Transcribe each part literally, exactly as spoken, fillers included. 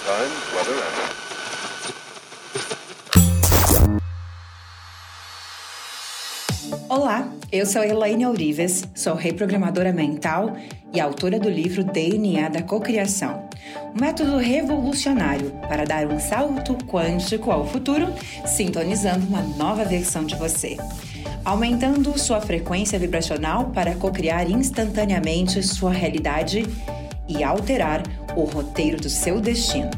times, weather, and... Olá, eu sou Elaine Ourives, sou reprogramadora mental e autora do livro D N A da Cocriação, um método revolucionário para dar um salto quântico ao futuro, sintonizando uma nova versão de você, aumentando sua frequência vibracional para cocriar instantaneamente sua realidade e alterar o roteiro do seu destino.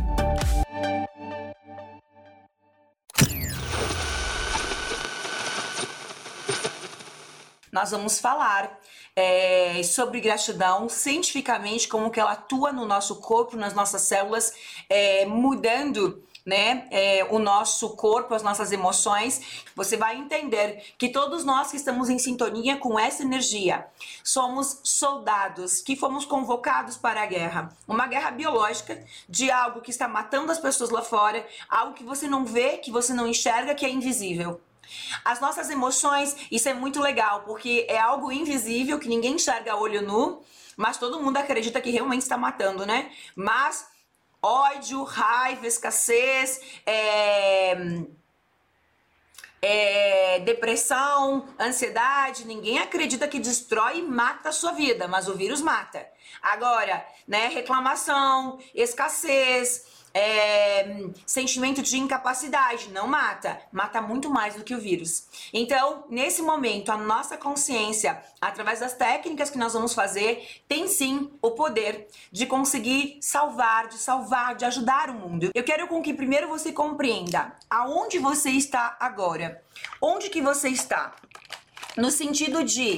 Nós vamos falar é, sobre gratidão cientificamente, como que ela atua no nosso corpo, nas nossas células, é, mudando, né, é, o nosso corpo, as nossas emoções. Você vai entender que todos nós que estamos em sintonia com essa energia somos soldados que fomos convocados para a guerra, uma guerra biológica de algo que está matando as pessoas lá fora, algo que você não vê, que você não enxerga, que é invisível. As nossas emoções, isso é muito legal, porque é algo invisível que ninguém enxerga a olho nu, mas todo mundo acredita que realmente está matando, né? Mas ódio, raiva, escassez, é... É... depressão, ansiedade, ninguém acredita que destrói e mata a sua vida, mas o vírus mata. Agora, né, reclamação, escassez, É, sentimento de incapacidade, não mata, mata muito mais do que o vírus. Então, nesse momento, a nossa consciência, através das técnicas que nós vamos fazer, tem sim o poder de conseguir salvar, de salvar, de ajudar o mundo. Eu quero com que primeiro você compreenda aonde você está agora. Onde que você está? No sentido de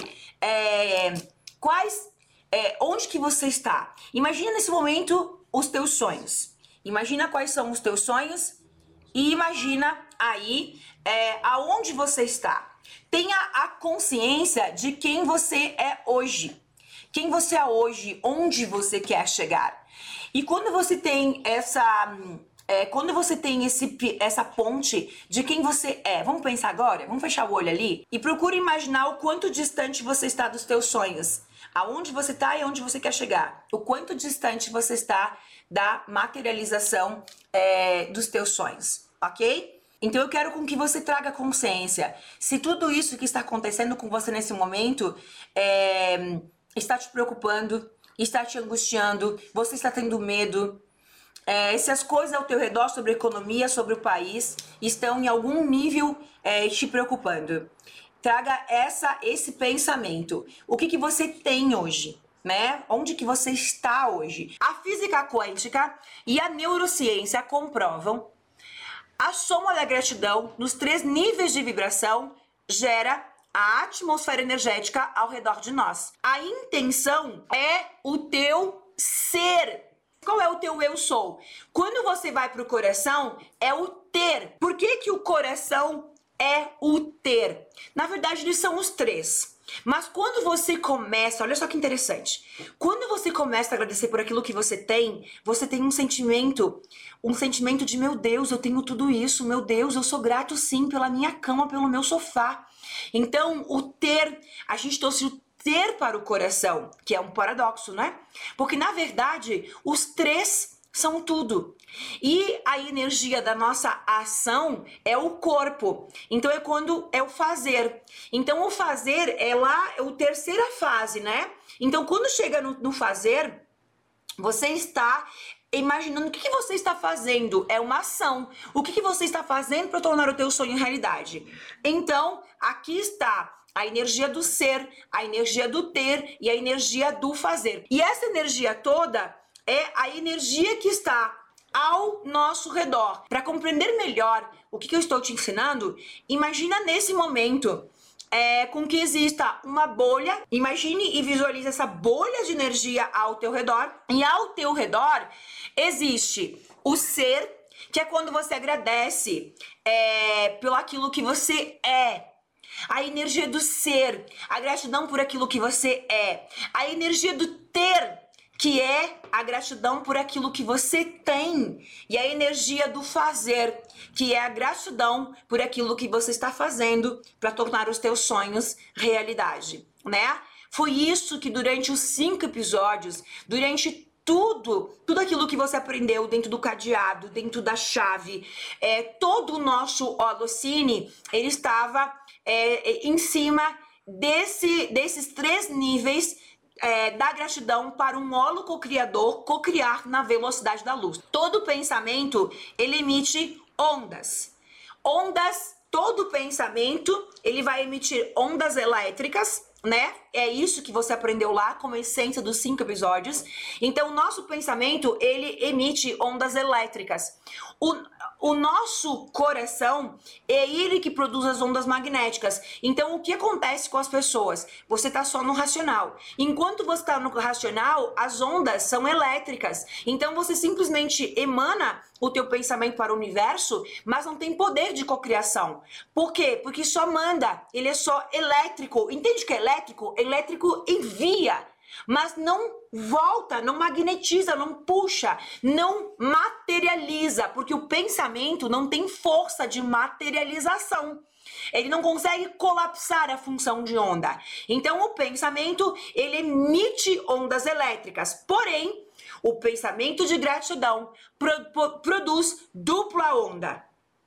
é, quais, é, onde que você está? Imagina nesse momento os teus sonhos. Imagina quais são os teus sonhos e imagina aí é, aonde você está. Tenha a consciência de quem você é hoje. Quem você é hoje, onde você quer chegar. E quando você tem essa, é, quando você tem esse, essa ponte de quem você é, vamos pensar agora? Vamos fechar o olho ali? E procure imaginar o quanto distante você está dos teus sonhos. Aonde você está e aonde você quer chegar. O quanto distante você está da materialização é, dos teus sonhos, ok? Então eu quero com que você traga consciência. Se tudo isso que está acontecendo com você nesse momento é, está te preocupando, está te angustiando, você está tendo medo, é, se as coisas ao teu redor sobre a economia, sobre o país, estão em algum nível é, te preocupando. Traga essa, esse pensamento. O que, que você tem hoje? Né? Onde que você está hoje? A física quântica e a neurociência comprovam a soma da gratidão nos três níveis de vibração gera a atmosfera energética ao redor de nós. A intenção é o teu ser. Qual é o teu eu sou? Quando você vai para o coração, é o ter. Por que que o coração é o ter? Na verdade, eles são os três. Mas quando você começa, olha só que interessante, quando você começa a agradecer por aquilo que você tem, você tem um sentimento, um sentimento de meu Deus, eu tenho tudo isso, meu Deus, eu sou grato sim pela minha cama, pelo meu sofá. Então, o ter, a gente trouxe o ter para o coração, que é um paradoxo, né? Porque na verdade, os três são tudo. E a energia da nossa ação é o corpo. Então é quando é o fazer. Então o fazer é lá, é a terceira fase, né? Então quando chega no, no fazer, você está imaginando o que, que você está fazendo. É uma ação. O que, que você está fazendo para tornar o teu sonho realidade? Então aqui está a energia do ser, a energia do ter e a energia do fazer. E essa energia toda é a energia que está ao nosso redor. Para compreender melhor o que, que eu estou te ensinando, imagina nesse momento é, com que exista uma bolha. Imagine e visualize essa bolha de energia ao teu redor. E ao teu redor existe o ser, que é quando você agradece é, pelo aquilo que você é. A energia do ser, a gratidão por aquilo que você é. A energia do ter, que é a gratidão por aquilo que você tem. E a energia do fazer, que é a gratidão por aquilo que você está fazendo para tornar os teus sonhos realidade, né? Foi isso que durante os cinco episódios, durante tudo, tudo aquilo que você aprendeu dentro do cadeado, dentro da chave, é, todo o nosso Holocine, ele estava é, em cima desse, desses três níveis é, da gratidão para um holo co-criador co-criar na velocidade da luz. Todo pensamento, ele emite ondas. Ondas, todo pensamento, ele vai emitir ondas elétricas, né? É isso que você aprendeu lá como essência dos cinco episódios. Então, o nosso pensamento, ele emite ondas elétricas. O, o nosso coração é ele que produz as ondas magnéticas. Então, o que acontece com as pessoas? Você está só no racional. Enquanto você está no racional, as ondas são elétricas. Então, você simplesmente emana o teu pensamento para o universo, mas não tem poder de cocriação. Por quê? Porque só manda. Ele é só elétrico. Entende que é elétrico? Elétrico envia, mas não volta, não magnetiza, não puxa, não materializa, porque o pensamento não tem força de materialização. Ele não consegue colapsar a função de onda. Então, o pensamento, ele emite ondas elétricas. Porém, o pensamento de gratidão pro, pro, produz dupla onda.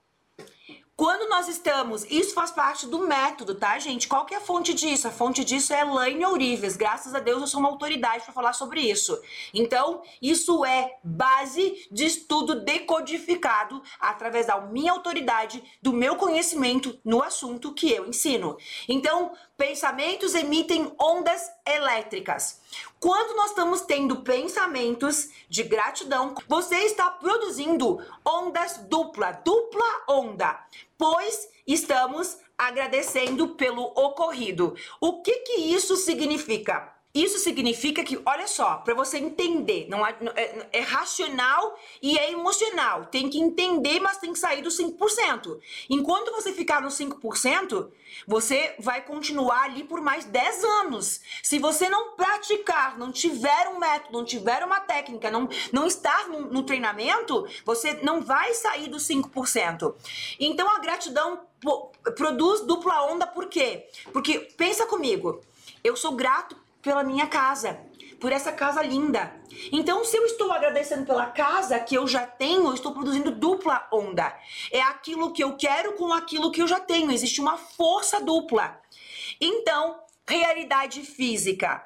Quando nós estamos, isso faz parte do método, tá, gente? Qual que é a fonte disso? A fonte disso é Elaine Ourives. Graças a Deus eu sou uma autoridade para falar sobre isso. Então, isso é base de estudo decodificado através da minha autoridade, do meu conhecimento no assunto que eu ensino. Então, pensamentos emitem ondas elétricas. Quando nós estamos tendo pensamentos de gratidão, você está produzindo ondas dupla, dupla onda, pois estamos agradecendo pelo ocorrido. O que que isso significa? Isso significa que, olha só, para você entender, não é, é, é racional e é emocional. Tem que entender, mas tem que sair dos cinco por cento. Enquanto você ficar nos cinco por cento, você vai continuar ali por mais dez anos. Se você não praticar, não tiver um método, não tiver uma técnica, não, não estar no, no treinamento, você não vai sair dos cinco por cento. Então, a gratidão produz dupla onda, por quê? Porque, pensa comigo, eu sou grato pela minha casa, por essa casa linda. Então, se eu estou agradecendo pela casa que eu já tenho, eu estou produzindo dupla onda. É aquilo que eu quero com aquilo que eu já tenho. Existe uma força dupla. Então, realidade física.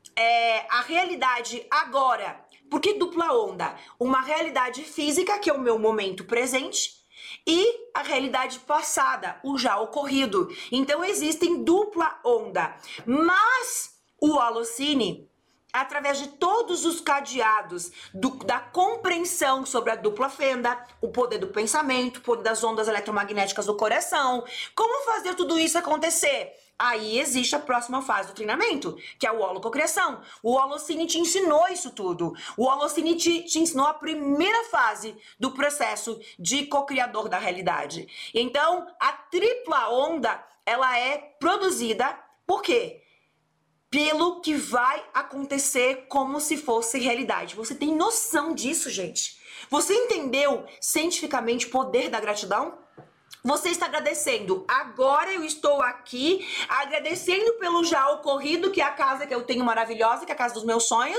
É a realidade agora. Por que dupla onda? Uma realidade física, que é o meu momento presente, e a realidade passada, o já ocorrido. Então, existem dupla onda. Mas o Holocine, através de todos os cadeados do, da compreensão sobre a dupla fenda, o poder do pensamento, o poder das ondas eletromagnéticas do coração, como fazer tudo isso acontecer? Aí existe a próxima fase do treinamento, que é o holococriação. O Holocine te ensinou isso tudo. O Holocine te, te ensinou a primeira fase do processo de co-criador da realidade. Então, a tripla onda, ela é produzida por quê? Pelo que vai acontecer como se fosse realidade. Você tem noção disso, gente? Você entendeu cientificamente o poder da gratidão? Você está agradecendo. Agora eu estou aqui agradecendo pelo já ocorrido, que é a casa que eu tenho maravilhosa, que é a casa dos meus sonhos.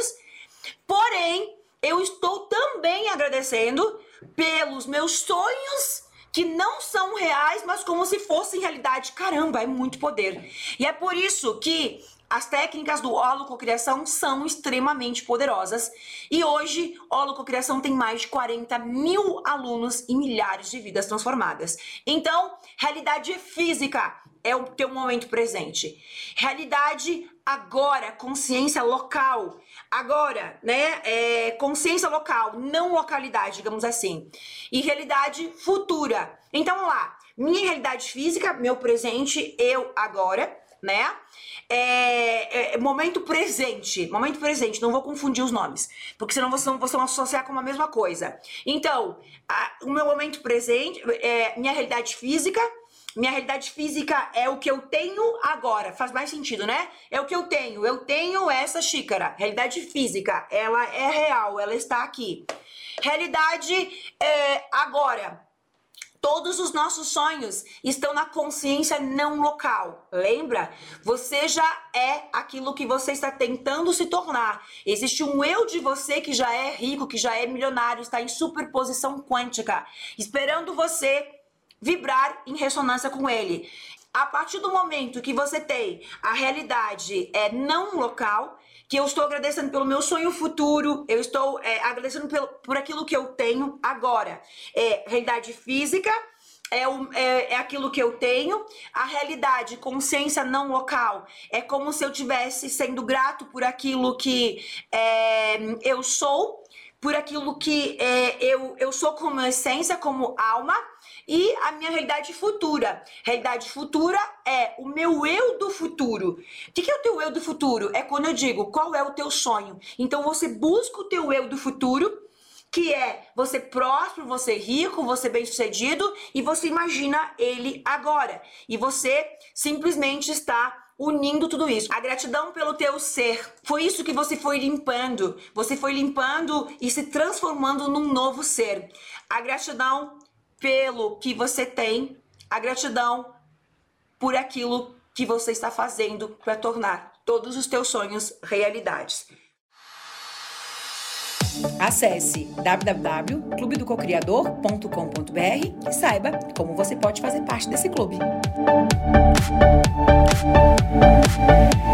Porém, eu estou também agradecendo pelos meus sonhos que não são reais, mas como se fossem realidade. Caramba, é muito poder. E é por isso que as técnicas do holococriação são extremamente poderosas. E hoje, holococriação tem mais de quarenta mil alunos e milhares de vidas transformadas. Então, realidade física é o teu momento presente. Realidade agora, consciência local. Agora, né, é, consciência local, não localidade, digamos assim. E realidade futura. Então, vamos lá. Minha realidade física, meu presente, eu agora, né? É, é, momento presente, momento presente, não vou confundir os nomes, porque senão vocês vão, vocês vão associar com a mesma coisa. Então, a, o meu momento presente, é minha realidade física, minha realidade física é o que eu tenho agora, faz mais sentido, né? É o que eu tenho, eu tenho essa xícara, realidade física, ela é real, ela está aqui. Realidade é agora. Todos os nossos sonhos estão na consciência não local. Lembra? Você já é aquilo que você está tentando se tornar. Existe um eu de você que já é rico, que já é milionário, está em superposição quântica, esperando você vibrar em ressonância com ele. A partir do momento que você tem a realidade é não local, que eu estou agradecendo pelo meu sonho futuro, eu estou é, agradecendo pelo, por aquilo que eu tenho agora. É realidade física, é, o, é, é aquilo que eu tenho. A realidade, consciência não local, é como se eu estivesse sendo grato por aquilo que é, eu sou, por aquilo que é, eu, eu sou como essência, como alma. E a minha realidade futura. Realidade futura é o meu eu do futuro. O que é o teu eu do futuro? É quando eu digo qual é o teu sonho. Então você busca o teu eu do futuro, que é você próspero, você rico, você bem-sucedido, e você imagina ele agora. E você simplesmente está unindo tudo isso. A gratidão pelo teu ser. Foi isso que você foi limpando. Você foi limpando e se transformando num novo ser. A gratidão pelo que você tem, a gratidão por aquilo que você está fazendo para tornar todos os teus sonhos realidades. Acesse w w w ponto clube do cocriador ponto com ponto b r e saiba como você pode fazer parte desse clube.